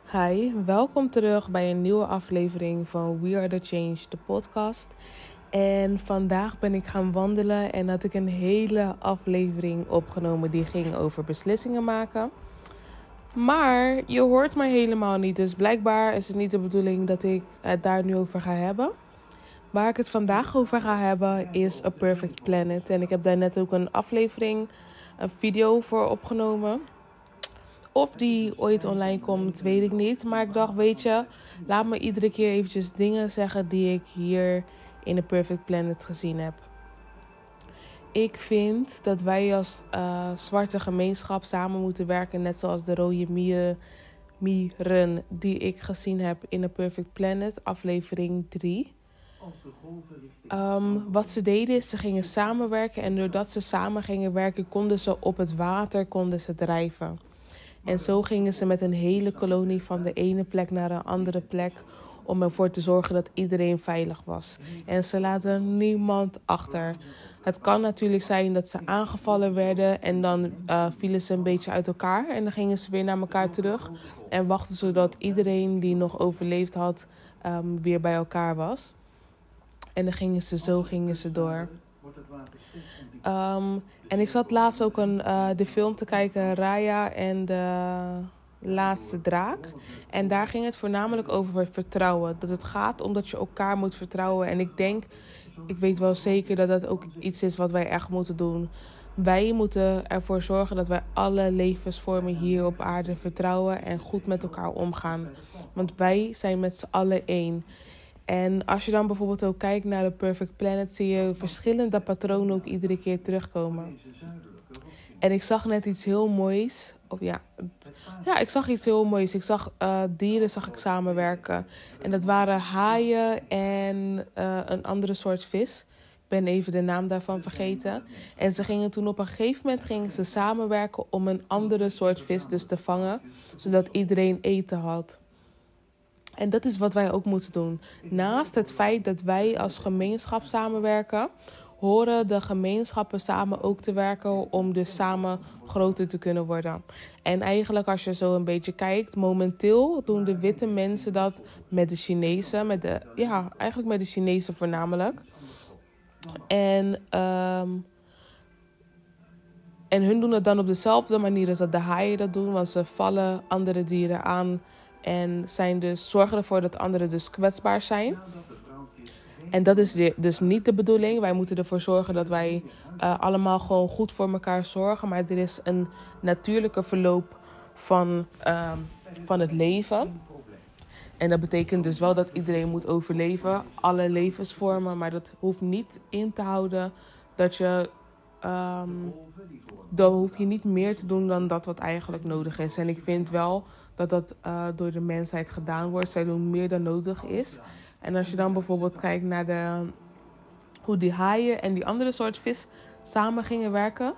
Hi, welkom terug bij een nieuwe aflevering van We Are The Change, de podcast. En vandaag ben ik gaan wandelen en had ik een hele aflevering opgenomen die ging over beslissingen maken. Maar je hoort mij helemaal niet, dus blijkbaar is het niet de bedoeling dat ik het daar nu over ga hebben. Waar ik het vandaag over ga hebben is A Perfect Planet. En ik heb daar net ook een video voor opgenomen. Of die ooit online komt, weet ik niet. Maar ik dacht, weet je, laat me iedere keer eventjes dingen zeggen die ik hier in A Perfect Planet gezien heb. Ik vind dat wij als zwarte gemeenschap samen moeten werken, net zoals de rode mieren die ik gezien heb in A Perfect Planet, aflevering 3. Wat ze deden is, ze gingen samenwerken en doordat ze samen gingen werken, konden ze op het water drijven. En zo gingen ze met een hele kolonie van de ene plek naar de andere plek om ervoor te zorgen dat iedereen veilig was. En ze laten niemand achter. Het kan natuurlijk zijn dat ze aangevallen werden en dan vielen ze een beetje uit elkaar. En dan gingen ze weer naar elkaar terug en wachten zodat iedereen die nog overleefd had weer bij elkaar was. En dan gingen ze door. En ik zat laatst ook de film te kijken, Raya en de laatste draak. En daar ging het voornamelijk over vertrouwen. Dat het gaat om dat je elkaar moet vertrouwen. En ik weet wel zeker dat dat ook iets is wat wij echt moeten doen. Wij moeten ervoor zorgen dat wij alle levensvormen hier op aarde vertrouwen en goed met elkaar omgaan. Want wij zijn met z'n allen één. En als je dan bijvoorbeeld ook kijkt naar de Perfect Planet, zie je verschillende patronen ook iedere keer terugkomen. En ik zag net iets heel moois. Ik zag iets heel moois. Ik zag dieren samenwerken. En dat waren haaien en een andere soort vis. Ik ben even de naam daarvan vergeten. En ze gingen toen op een gegeven moment samenwerken om een andere soort vis dus te vangen. Zodat iedereen eten had. En dat is wat wij ook moeten doen. Naast het feit dat wij als gemeenschap samenwerken, horen de gemeenschappen samen ook te werken om dus samen groter te kunnen worden. En eigenlijk als je zo een beetje kijkt, momenteel doen de witte mensen dat met de Chinezen, eigenlijk met de Chinezen voornamelijk. En hun doen het dan op dezelfde manier als dat de haaien dat doen, want ze vallen andere dieren aan. En zorgen ervoor dat anderen dus kwetsbaar zijn. En dat is dus niet de bedoeling. Wij moeten ervoor zorgen dat wij allemaal gewoon goed voor elkaar zorgen. Maar er is een natuurlijke verloop van het leven. En dat betekent dus wel dat iedereen moet overleven. Alle levensvormen. Maar dat hoeft niet in te houden dat je... dan hoef je niet meer te doen dan dat wat eigenlijk nodig is. En ik vind wel dat door de mensheid gedaan wordt. Zij doen meer dan nodig is. En als je dan bijvoorbeeld kijkt naar hoe die haaien en die andere soort vis samen gingen werken.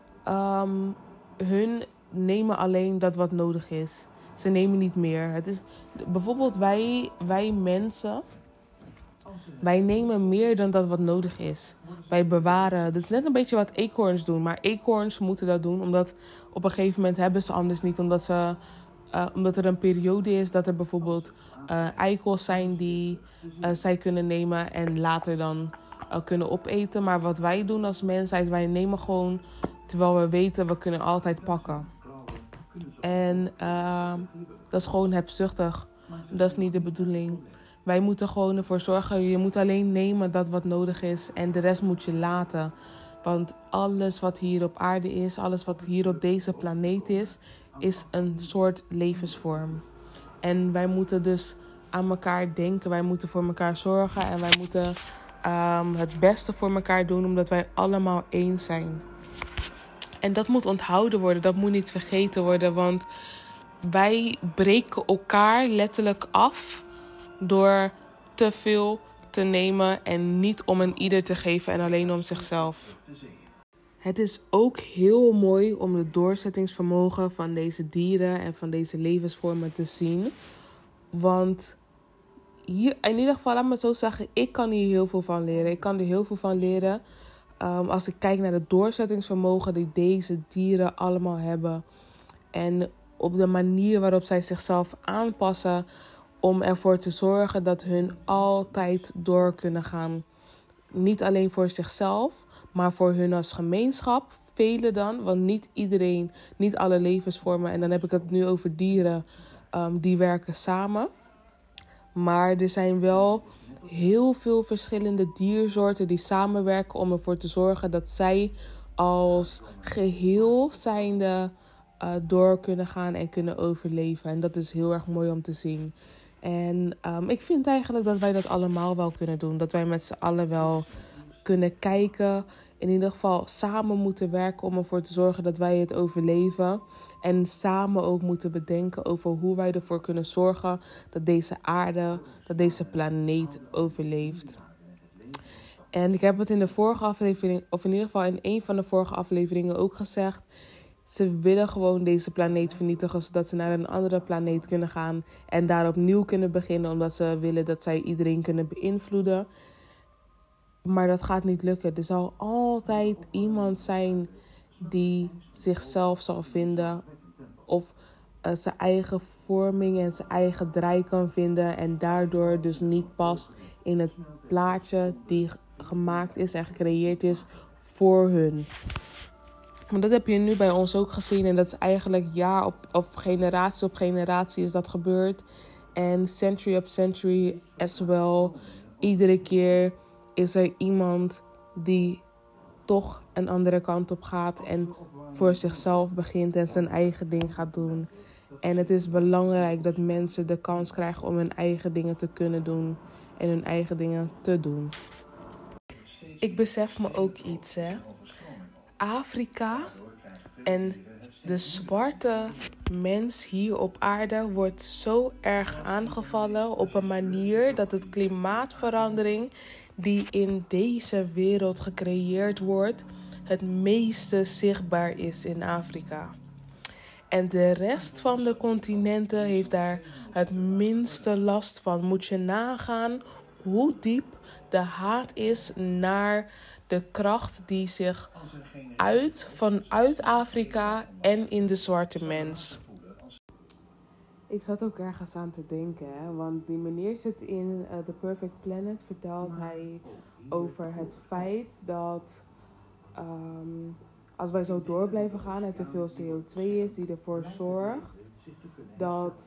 Hun nemen alleen dat wat nodig is. Ze nemen niet meer. Het is bijvoorbeeld wij mensen... Wij nemen meer dan dat wat nodig is. Wij bewaren. Dat is net een beetje wat eekhoorns doen. Maar eekhoorns moeten dat doen. Omdat op een gegeven moment hebben ze anders niet. Omdat er een periode is dat er bijvoorbeeld eikels zijn die zij kunnen nemen. En later dan kunnen opeten. Maar wat wij doen als mensheid. Wij nemen gewoon terwijl we weten we kunnen altijd pakken. En dat is gewoon hebzuchtig. Dat is niet de bedoeling. Wij moeten gewoon ervoor zorgen, je moet alleen nemen dat wat nodig is en de rest moet je laten. Want alles wat hier op aarde is, alles wat hier op deze planeet is een soort levensvorm. En wij moeten dus aan elkaar denken, wij moeten voor elkaar zorgen en wij moeten het beste voor elkaar doen omdat wij allemaal één zijn. En dat moet onthouden worden, dat moet niet vergeten worden, want wij breken elkaar letterlijk af door te veel te nemen en niet om een ieder te geven en alleen om zichzelf. Het is ook heel mooi om het doorzettingsvermogen van deze dieren en van deze levensvormen te zien. Want hier, in ieder geval, laat me zo zeggen, ik kan hier heel veel van leren. Ik kan er heel veel van leren als ik kijk naar het doorzettingsvermogen die deze dieren allemaal hebben. En op de manier waarop zij zichzelf aanpassen om ervoor te zorgen dat hun altijd door kunnen gaan. Niet alleen voor zichzelf, maar voor hun als gemeenschap. Velen dan, want niet iedereen, niet alle levensvormen, en dan heb ik het nu over dieren, die werken samen. Maar er zijn wel heel veel verschillende diersoorten die samenwerken om ervoor te zorgen dat zij als geheel zijnde door kunnen gaan en kunnen overleven. En dat is heel erg mooi om te zien. En ik vind eigenlijk dat wij dat allemaal wel kunnen doen. Dat wij met z'n allen wel kunnen kijken. In ieder geval samen moeten werken om ervoor te zorgen dat wij het overleven. En samen ook moeten bedenken over hoe wij ervoor kunnen zorgen dat deze aarde, dat deze planeet overleeft. En ik heb het in de vorige aflevering, of in ieder geval in een van de vorige afleveringen ook gezegd. Ze willen gewoon deze planeet vernietigen, zodat ze naar een andere planeet kunnen gaan en daar opnieuw kunnen beginnen, omdat ze willen dat zij iedereen kunnen beïnvloeden. Maar dat gaat niet lukken. Er zal altijd iemand zijn die zichzelf zal vinden of zijn eigen vorming en zijn eigen draai kan vinden en daardoor dus niet past in het plaatje die gemaakt is en gecreëerd is voor hun. Maar dat heb je nu bij ons ook gezien. En dat is eigenlijk jaar op generatie is dat gebeurd. En century op century as well. Iedere keer is er iemand die toch een andere kant op gaat. En voor zichzelf begint en zijn eigen ding gaat doen. En het is belangrijk dat mensen de kans krijgen om hun eigen dingen te kunnen doen. En hun eigen dingen te doen. Ik besef me ook iets, hè. Afrika en de zwarte mens hier op aarde wordt zo erg aangevallen op een manier dat het klimaatverandering die in deze wereld gecreëerd wordt, het meeste zichtbaar is in Afrika. En de rest van de continenten heeft daar het minste last van. Moet je nagaan hoe diep de haat is naar de kracht die zich uit vanuit Afrika en in de zwarte mens. Ik zat ook ergens aan te denken, hè? Want die meneer zit in The Perfect Planet, vertelt hij over het feit dat als wij zo door blijven gaan er te veel CO2 is die ervoor zorgt dat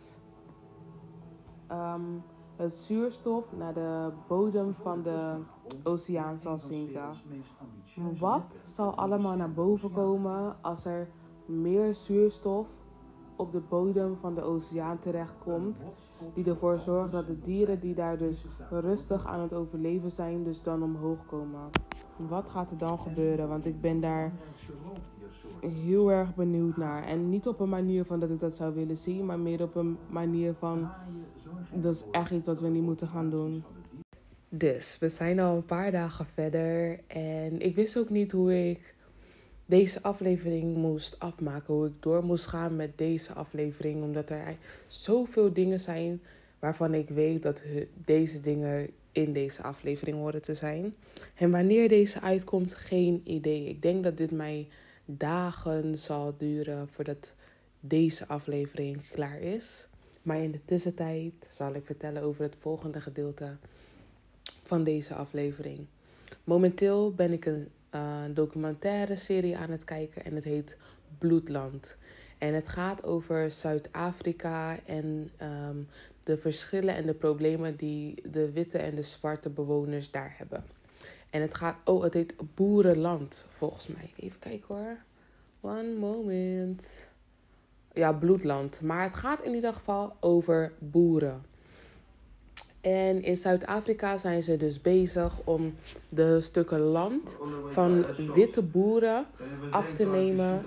het zuurstof naar de bodem van de oceaan zal zinken. Wat zal allemaal naar boven komen als er meer zuurstof op de bodem van de oceaan terechtkomt, die ervoor zorgt dat de dieren die daar dus rustig aan het overleven zijn, dus dan omhoog komen? Wat gaat er dan gebeuren? Want ik ben daar heel erg benieuwd naar. En niet op een manier van dat ik dat zou willen zien, maar meer op een manier van dat is echt iets wat we niet moeten gaan doen. Dus, we zijn al een paar dagen verder en ik wist ook niet hoe ik deze aflevering moest afmaken. Hoe ik door moest gaan met deze aflevering. Omdat er zoveel dingen zijn waarvan ik weet dat deze dingen in deze aflevering horen te zijn. En wanneer deze uitkomt, geen idee. Ik denk dat dit mij dagen zal duren voordat deze aflevering klaar is. Maar in de tussentijd zal ik vertellen over het volgende gedeelte van deze aflevering. Momenteel ben ik een documentaire serie aan het kijken en het heet Bloedland. En het gaat over Zuid-Afrika en de verschillen en de problemen die de witte en de zwarte bewoners daar hebben. En het heet Boerenland volgens mij. Even kijken hoor. One moment. Ja, Bloedland. Maar het gaat in ieder geval over boeren. En in Zuid-Afrika zijn ze dus bezig om de stukken land van witte boeren af te nemen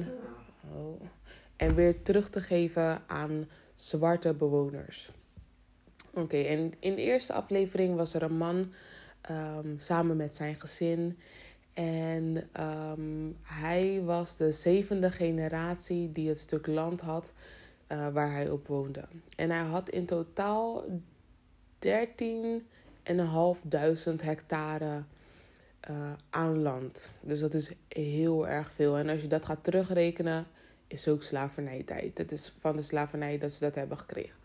en weer terug te geven aan zwarte bewoners. Oké, en in de eerste aflevering was er een man samen met zijn gezin. En hij was de 7e generatie die het stuk land had waar hij op woonde. En hij had in totaal 13.500 hectare aan land. Dus dat is heel erg veel. En als je dat gaat terugrekenen is ook slavernijtijd. Het is van de slavernij dat ze dat hebben gekregen.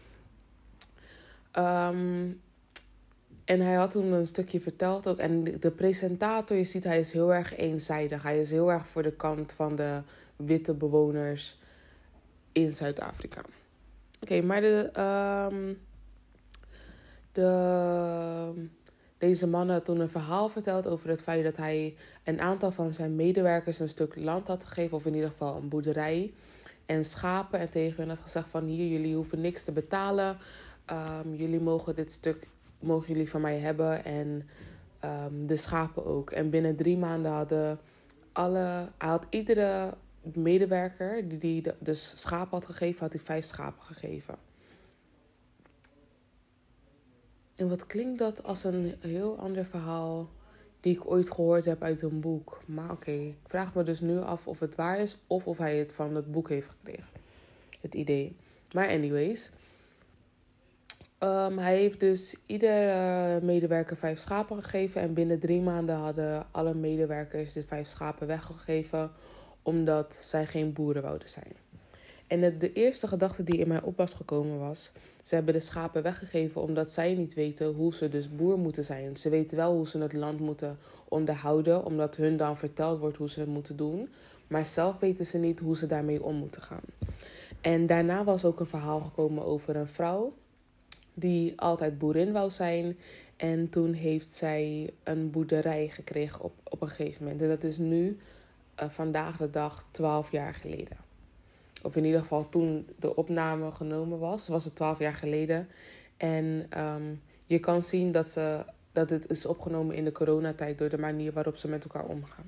En hij had toen een stukje verteld ook. En de presentator, je ziet, hij is heel erg eenzijdig. Hij is heel erg voor de kant van de witte bewoners in Zuid-Afrika. Oké, maar deze man had toen een verhaal verteld over het feit dat hij een aantal van zijn medewerkers een stuk land had gegeven. Of in ieder geval een boerderij en schapen. En tegen hen had gezegd van hier, jullie hoeven niks te betalen. Jullie mogen dit stuk jullie van mij hebben en de schapen ook. En binnen 3 maanden hij had iedere medewerker die dus schapen had gegeven, had hij 5 schapen gegeven. En wat klinkt dat als een heel ander verhaal die ik ooit gehoord heb uit een boek. Maar oké, ik vraag me dus nu af of het waar is of hij het van het boek heeft gekregen. Het idee. Maar anyways. Hij heeft dus iedere medewerker 5 schapen gegeven. En binnen 3 maanden hadden alle medewerkers de 5 schapen weggegeven. Omdat zij geen boeren wouden zijn. En de eerste gedachte die in mij op was gekomen was: ze hebben de schapen weggegeven omdat zij niet weten hoe ze dus boer moeten zijn. Ze weten wel hoe ze het land moeten onderhouden, omdat hun dan verteld wordt hoe ze het moeten doen. Maar zelf weten ze niet hoe ze daarmee om moeten gaan. En daarna was ook een verhaal gekomen over een vrouw die altijd boerin wou zijn. En toen heeft zij een boerderij gekregen op een gegeven moment. En dat is nu, vandaag de dag, 12 jaar geleden. Of in ieder geval toen de opname genomen was het 12 jaar geleden. En je kan zien dat het is opgenomen in de coronatijd door de manier waarop ze met elkaar omgaan.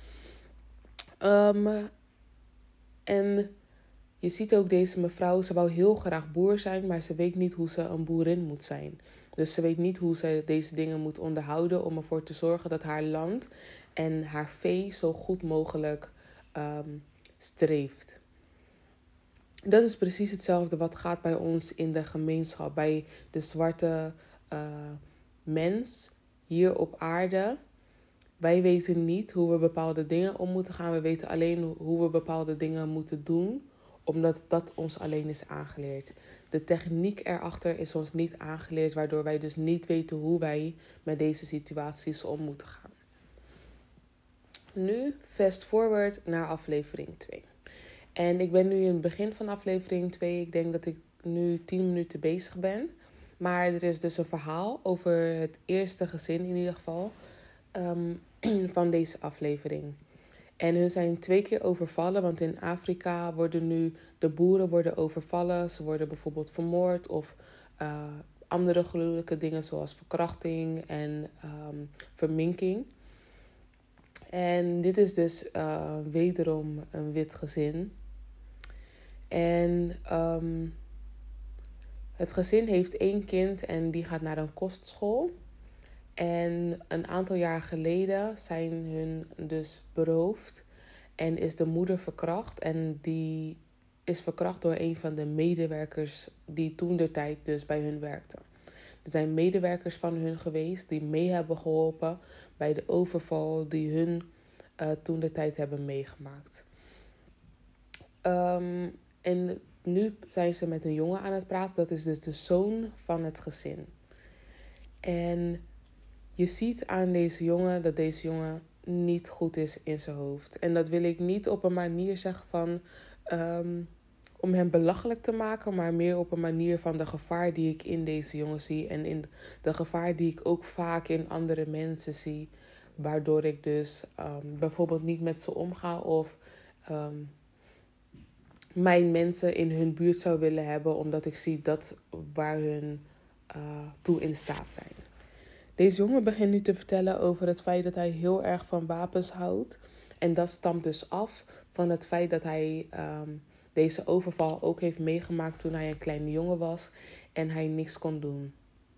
En je ziet ook deze mevrouw, ze wou heel graag boer zijn, maar ze weet niet hoe ze een boerin moet zijn. Dus ze weet niet hoe ze deze dingen moet onderhouden om ervoor te zorgen dat haar land en haar vee zo goed mogelijk streeft. Dat is precies hetzelfde wat gaat bij ons in de gemeenschap. Bij de zwarte mens hier op aarde. Wij weten niet hoe we bepaalde dingen om moeten gaan. We weten alleen hoe we bepaalde dingen moeten doen. Omdat dat ons alleen is aangeleerd. De techniek erachter is ons niet aangeleerd. Waardoor wij dus niet weten hoe wij met deze situaties om moeten gaan. Nu fast forward naar aflevering 2. En ik ben nu in het begin van aflevering 2. Ik denk dat ik nu 10 minuten bezig ben. Maar er is dus een verhaal over het eerste gezin in ieder geval van deze aflevering. En hun zijn 2 keer overvallen. Want in Afrika worden nu de boeren overvallen. Ze worden bijvoorbeeld vermoord of andere gruwelijke dingen zoals verkrachting en verminking. En dit is dus wederom een wit gezin. En het gezin heeft 1 kind en die gaat naar een kostschool. En een aantal jaar geleden zijn hun dus beroofd en is de moeder verkracht. En die is verkracht door een van de medewerkers die toentertijd dus bij hun werkten. Er zijn medewerkers van hun geweest die mee hebben geholpen bij de overval die hun toentertijd hebben meegemaakt. En nu zijn ze met een jongen aan het praten. Dat is dus de zoon van het gezin. En je ziet aan deze jongen dat deze jongen niet goed is in zijn hoofd. En dat wil ik niet op een manier zeggen van om hem belachelijk te maken, maar meer op een manier van de gevaar die ik in deze jongen zie. En in de gevaar die ik ook vaak in andere mensen zie. Waardoor ik dus bijvoorbeeld niet met ze omga of mijn mensen in hun buurt zou willen hebben, omdat ik zie dat waar hun toe in staat zijn. Deze jongen begint nu te vertellen over het feit dat hij heel erg van wapens houdt. En dat stamt dus af van het feit dat hij deze overval ook heeft meegemaakt toen hij een kleine jongen was en hij niks kon doen.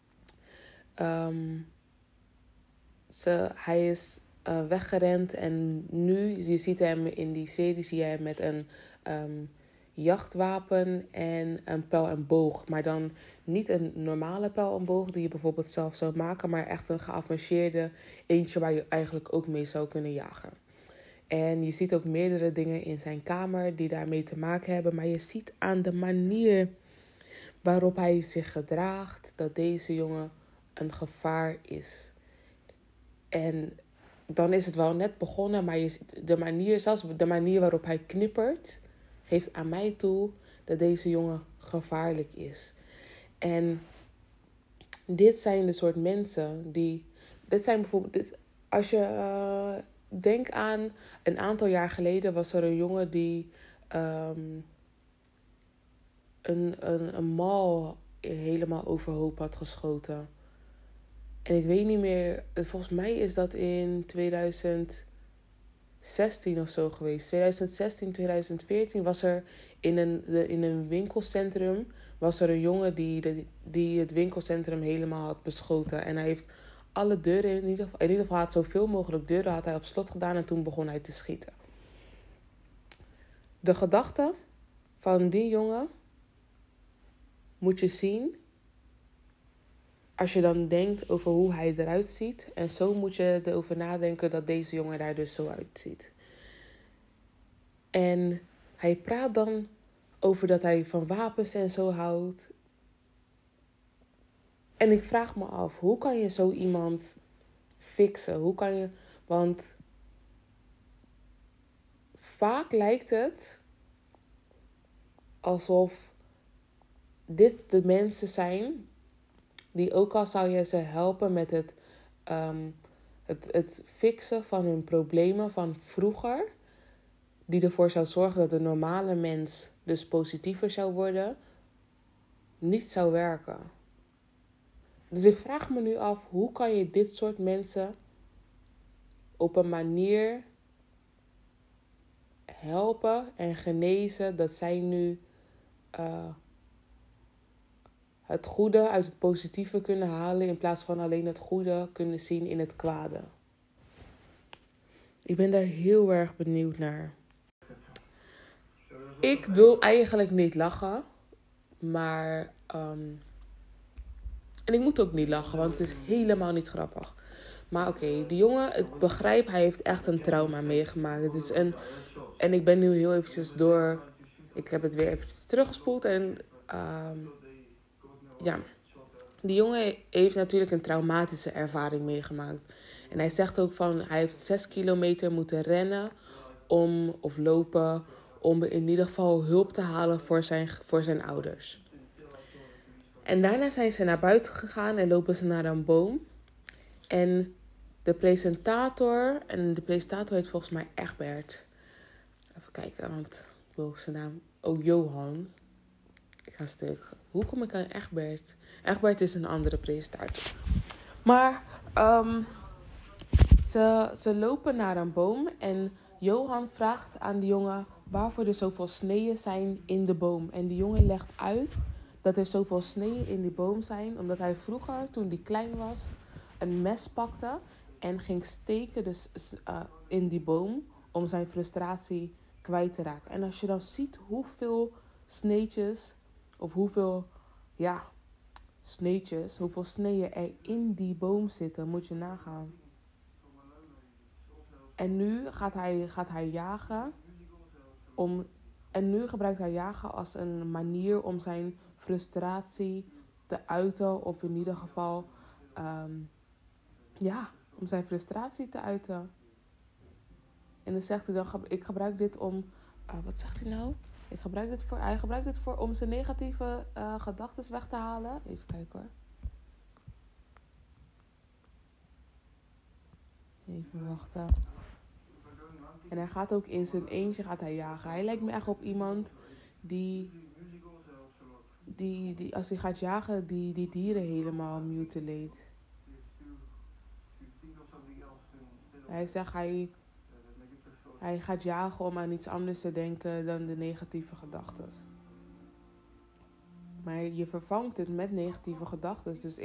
Hij is weggerend en nu, je ziet hem in die serie, zie je hem met een jachtwapen en een pijl en boog. Maar dan niet een normale pijl en boog die je bijvoorbeeld zelf zou maken, maar echt een geavanceerde eentje waar je eigenlijk ook mee zou kunnen jagen. En je ziet ook meerdere dingen in zijn kamer die daarmee te maken hebben. Maar je ziet aan de manier waarop hij zich gedraagt dat deze jongen een gevaar is. En dan is het wel net begonnen, maar zelfs de manier waarop hij knippert, geeft aan mij toe dat deze jongen gevaarlijk is. En dit zijn de soort mensen dit zijn bijvoorbeeld, als je denkt aan een aantal jaar geleden was er een jongen die een mall helemaal overhoop had geschoten. En ik weet niet meer, volgens mij is dat in 2016 of zo geweest. 2016, 2014 was er in een winkelcentrum was er een jongen die het winkelcentrum helemaal had beschoten. En hij heeft alle deuren, in ieder geval had zoveel mogelijk deuren had hij op slot gedaan en toen begon hij te schieten. De gedachte van die jongen moet je zien als je dan denkt over hoe hij eruit ziet. En zo moet je erover nadenken dat deze jongen daar dus zo uitziet. En hij praat dan over dat hij van wapens en zo houdt. En ik vraag me af, hoe kan je zo iemand fixen? Want vaak lijkt het alsof dit de mensen zijn die, ook al zou je ze helpen met het fixen van hun problemen van vroeger, die ervoor zou zorgen dat de normale mens dus positiever zou worden, niet zou werken. Dus ik vraag me nu af, hoe kan je dit soort mensen op een manier helpen en genezen dat zij nu het goede uit het positieve kunnen halen in plaats van alleen het goede kunnen zien in het kwade. Ik ben daar heel erg benieuwd naar. Ik wil eigenlijk niet lachen, maar en ik moet ook niet lachen, want het is helemaal niet grappig. Maar oké, die jongen, ik begrijp, hij heeft echt een trauma meegemaakt. En ik ben nu heel eventjes ik heb het weer eventjes teruggespoeld en ja, die jongen heeft natuurlijk een traumatische ervaring meegemaakt. En hij zegt ook hij heeft 6 kilometer moeten rennen of lopen om in ieder geval hulp te halen voor zijn ouders. En daarna zijn ze naar buiten gegaan en lopen ze naar een boom. En de presentator heet volgens mij Egbert. Even kijken, want ik wil zijn naam. Oh, Johan. Ik ga stuk. Hoe kom ik aan Egbert? Egbert is een andere presentator. Maar ze lopen naar een boom en Johan vraagt aan de jongen waarvoor er zoveel sneeën zijn in de boom. En die jongen legt uit dat er zoveel sneeën in die boom zijn omdat hij vroeger, toen hij klein was, een mes pakte en ging steken in die boom om zijn frustratie kwijt te raken. En als je dan ziet hoeveel sneetjes of hoeveel sneeën er in die boom zitten, moet je nagaan. En nu gaat hij jagen en nu gebruikt hij jagen als een manier om zijn frustratie te uiten. Of in ieder geval, om zijn frustratie te uiten. En dan zegt hij dan, ik gebruik dit om, wat zegt hij nou? Hij gebruikt dit voor om zijn negatieve gedachten weg te halen. Even kijken hoor. Even wachten. En hij gaat ook in zijn eentje jagen. Hij lijkt me echt op iemand die als hij gaat jagen, die dieren helemaal mutileert. Hij zegt hij gaat jagen om aan iets anders te denken dan de negatieve gedachten. Maar je vervangt het met negatieve gedachten. Dus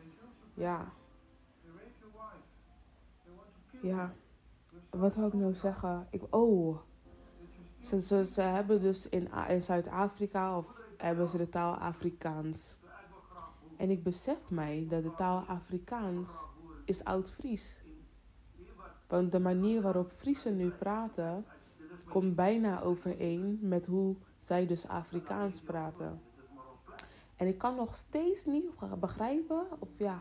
wat wil ik nou zeggen? Ze hebben dus in Zuid-Afrika hebben ze de taal Afrikaans. En ik besef mij dat de taal Afrikaans is Oud-Fries. Want de manier waarop Friesen nu praten, komt bijna overeen met hoe zij dus Afrikaans praten. En ik kan nog steeds niet begrijpen, of ja,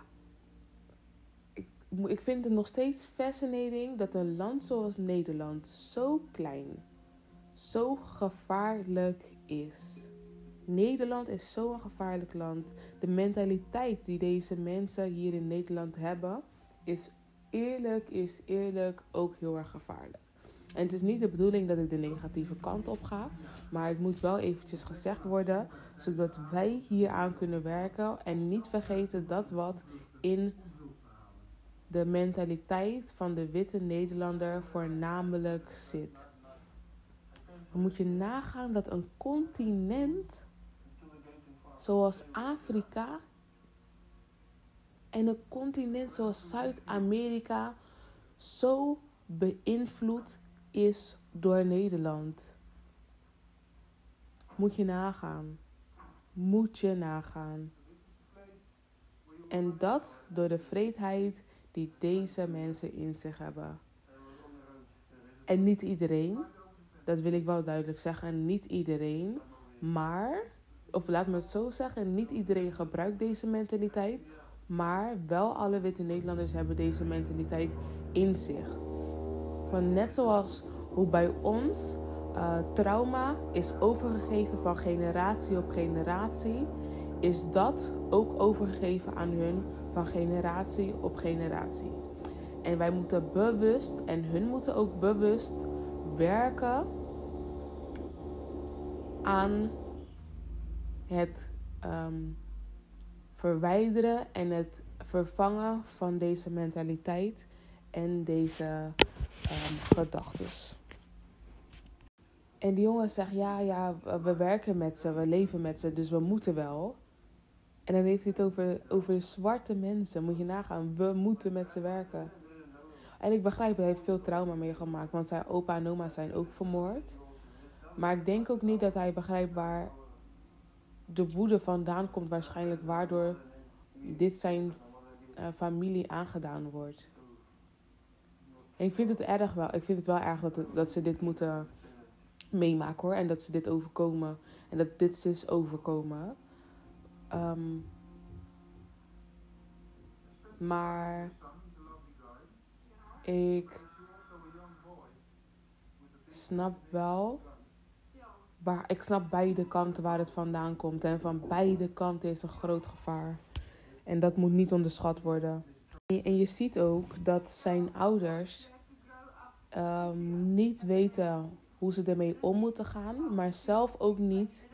ik vind het nog steeds fascinating dat een land zoals Nederland zo klein, zo gevaarlijk is. Nederland is zo'n gevaarlijk land. De mentaliteit die deze mensen hier in Nederland hebben, is eerlijk ook heel erg gevaarlijk. En het is niet de bedoeling dat ik de negatieve kant op ga, maar het moet wel eventjes gezegd worden, zodat wij hier aan kunnen werken en niet vergeten dat wat in de mentaliteit van de witte Nederlander voornamelijk zit. Dan moet je nagaan dat een continent zoals Afrika en een continent zoals Zuid-Amerika zo beïnvloed is door Nederland. Moet je nagaan. En dat door de vreedheid die deze mensen in zich hebben. En niet iedereen, dat wil ik wel duidelijk zeggen, niet iedereen, maar, of laat me het zo zeggen, niet iedereen gebruikt deze mentaliteit, maar wel alle witte Nederlanders hebben deze mentaliteit in zich. Want net zoals hoe bij ons trauma is overgegeven van generatie op generatie, is dat ook overgegeven aan hun van generatie op generatie. En wij moeten bewust, en hun moeten ook bewust werken aan het verwijderen en het vervangen van deze mentaliteit en deze gedachtes. En die jongen zegt, ja, we werken met ze, we leven met ze, dus we moeten wel. En dan heeft hij het over zwarte mensen, moet je nagaan, we moeten met ze werken. En ik begrijp, hij heeft veel trauma meegemaakt, want zijn opa en oma zijn ook vermoord. Maar ik denk ook niet dat hij begrijpt waar de woede vandaan komt, waarschijnlijk waardoor dit zijn familie aangedaan wordt. En ik vind het erg wel. Ik vind het wel erg dat ze dit moeten meemaken hoor. En dat ze dit overkomen. En dat dit is overkomen. Maar ik snap wel. Ik snap beide kanten waar het vandaan komt. En van beide kanten is een groot gevaar. En dat moet niet onderschat worden. En je ziet ook dat zijn ouders niet weten hoe ze ermee om moeten gaan. Maar zelf ook niet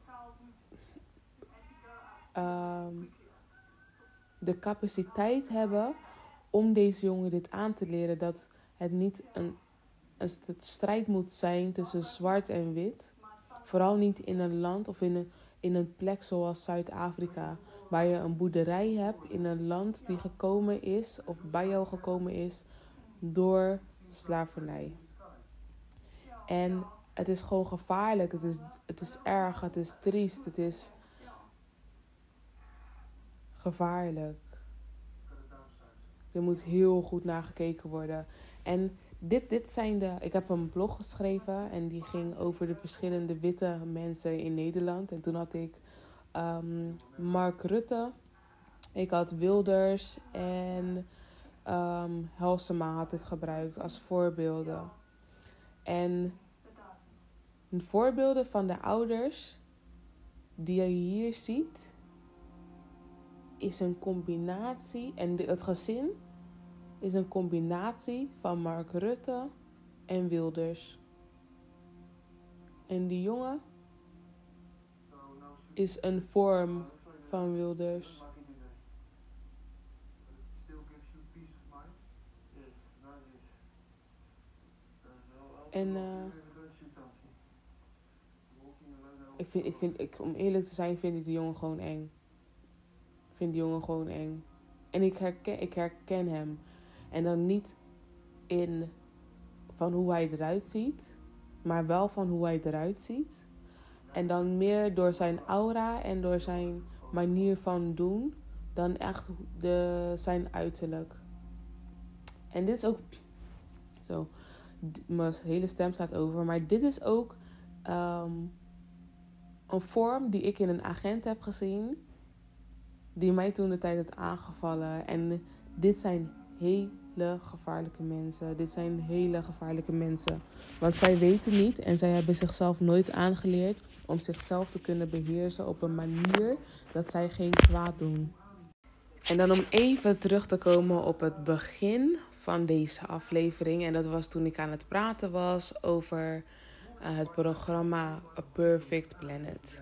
de capaciteit hebben om deze jongen dit aan te leren. Dat het niet een strijd moet zijn tussen zwart en wit. Vooral niet in een land of in een plek zoals Zuid-Afrika. Waar je een boerderij hebt in een land die gekomen is of bij jou gekomen is door slavernij. En het is gewoon gevaarlijk. Het is erg. Het is triest. Het is gevaarlijk. Er moet heel goed naar gekeken worden. En dit zijn ik heb een blog geschreven en die ging over de verschillende witte mensen in Nederland. En toen had ik Mark Rutte, ik had Wilders en Halsema had ik gebruikt als voorbeelden. En voorbeelden van de ouders die je hier ziet, is een combinatie, en het gezin is een combinatie van Mark Rutte en Wilders. En die jongen is een vorm van Wilders. En om eerlijk te zijn, vind ik die jongen gewoon eng. Ik vind die jongen gewoon eng. En ik herken hem. En dan niet van hoe hij eruit ziet, maar wel van hoe hij eruit ziet. En dan meer door zijn aura en door zijn manier van doen dan echt zijn uiterlijk. En dit is ook Zo, mijn hele stem staat over. Maar dit is ook een vorm die ik in een agent heb gezien, die mij toen de tijd had aangevallen. En dit zijn hele gevaarlijke mensen. Dit zijn hele gevaarlijke mensen. Want zij weten niet en zij hebben zichzelf nooit aangeleerd om zichzelf te kunnen beheersen op een manier dat zij geen kwaad doen. En dan om even terug te komen op het begin van deze aflevering. En dat was toen ik aan het praten was over het programma A Perfect Planet.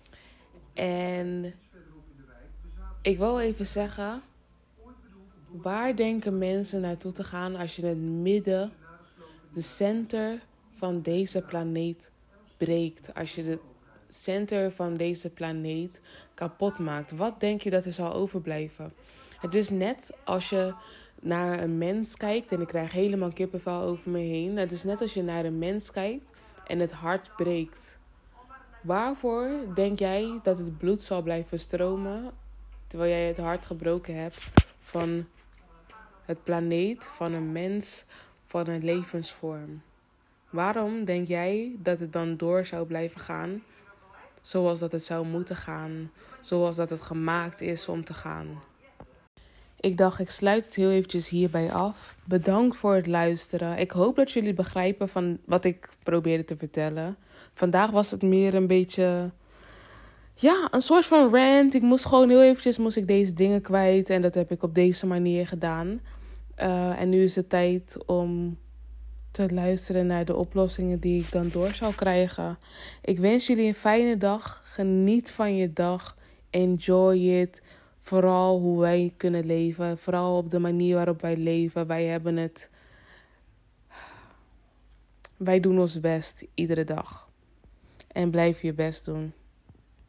En ik wil even zeggen, waar denken mensen naartoe te gaan als je het midden, de center van deze planeet breekt? Als je de center van deze planeet kapot maakt. Wat denk je dat er zal overblijven? Het is net als je naar een mens kijkt, en ik krijg helemaal kippenvel over me heen. Het is net als je naar een mens kijkt en het hart breekt. Waarvoor denk jij dat het bloed zal blijven stromen terwijl jij het hart gebroken hebt van het planeet, van een mens, van een levensvorm? Waarom denk jij dat het dan door zou blijven gaan zoals dat het zou moeten gaan, zoals dat het gemaakt is om te gaan? Ik dacht, ik sluit het heel eventjes hierbij af. Bedankt voor het luisteren. Ik hoop dat jullie begrijpen van wat ik probeerde te vertellen. Vandaag was het meer een beetje, een soort van rant. Ik moest gewoon heel eventjes deze dingen kwijt. En dat heb ik op deze manier gedaan. En nu is het tijd om te luisteren naar de oplossingen die ik dan door zal krijgen. Ik wens jullie een fijne dag. Geniet van je dag. Enjoy it. Vooral hoe wij kunnen leven. Vooral op de manier waarop wij leven. Wij doen ons best iedere dag. En blijf je best doen.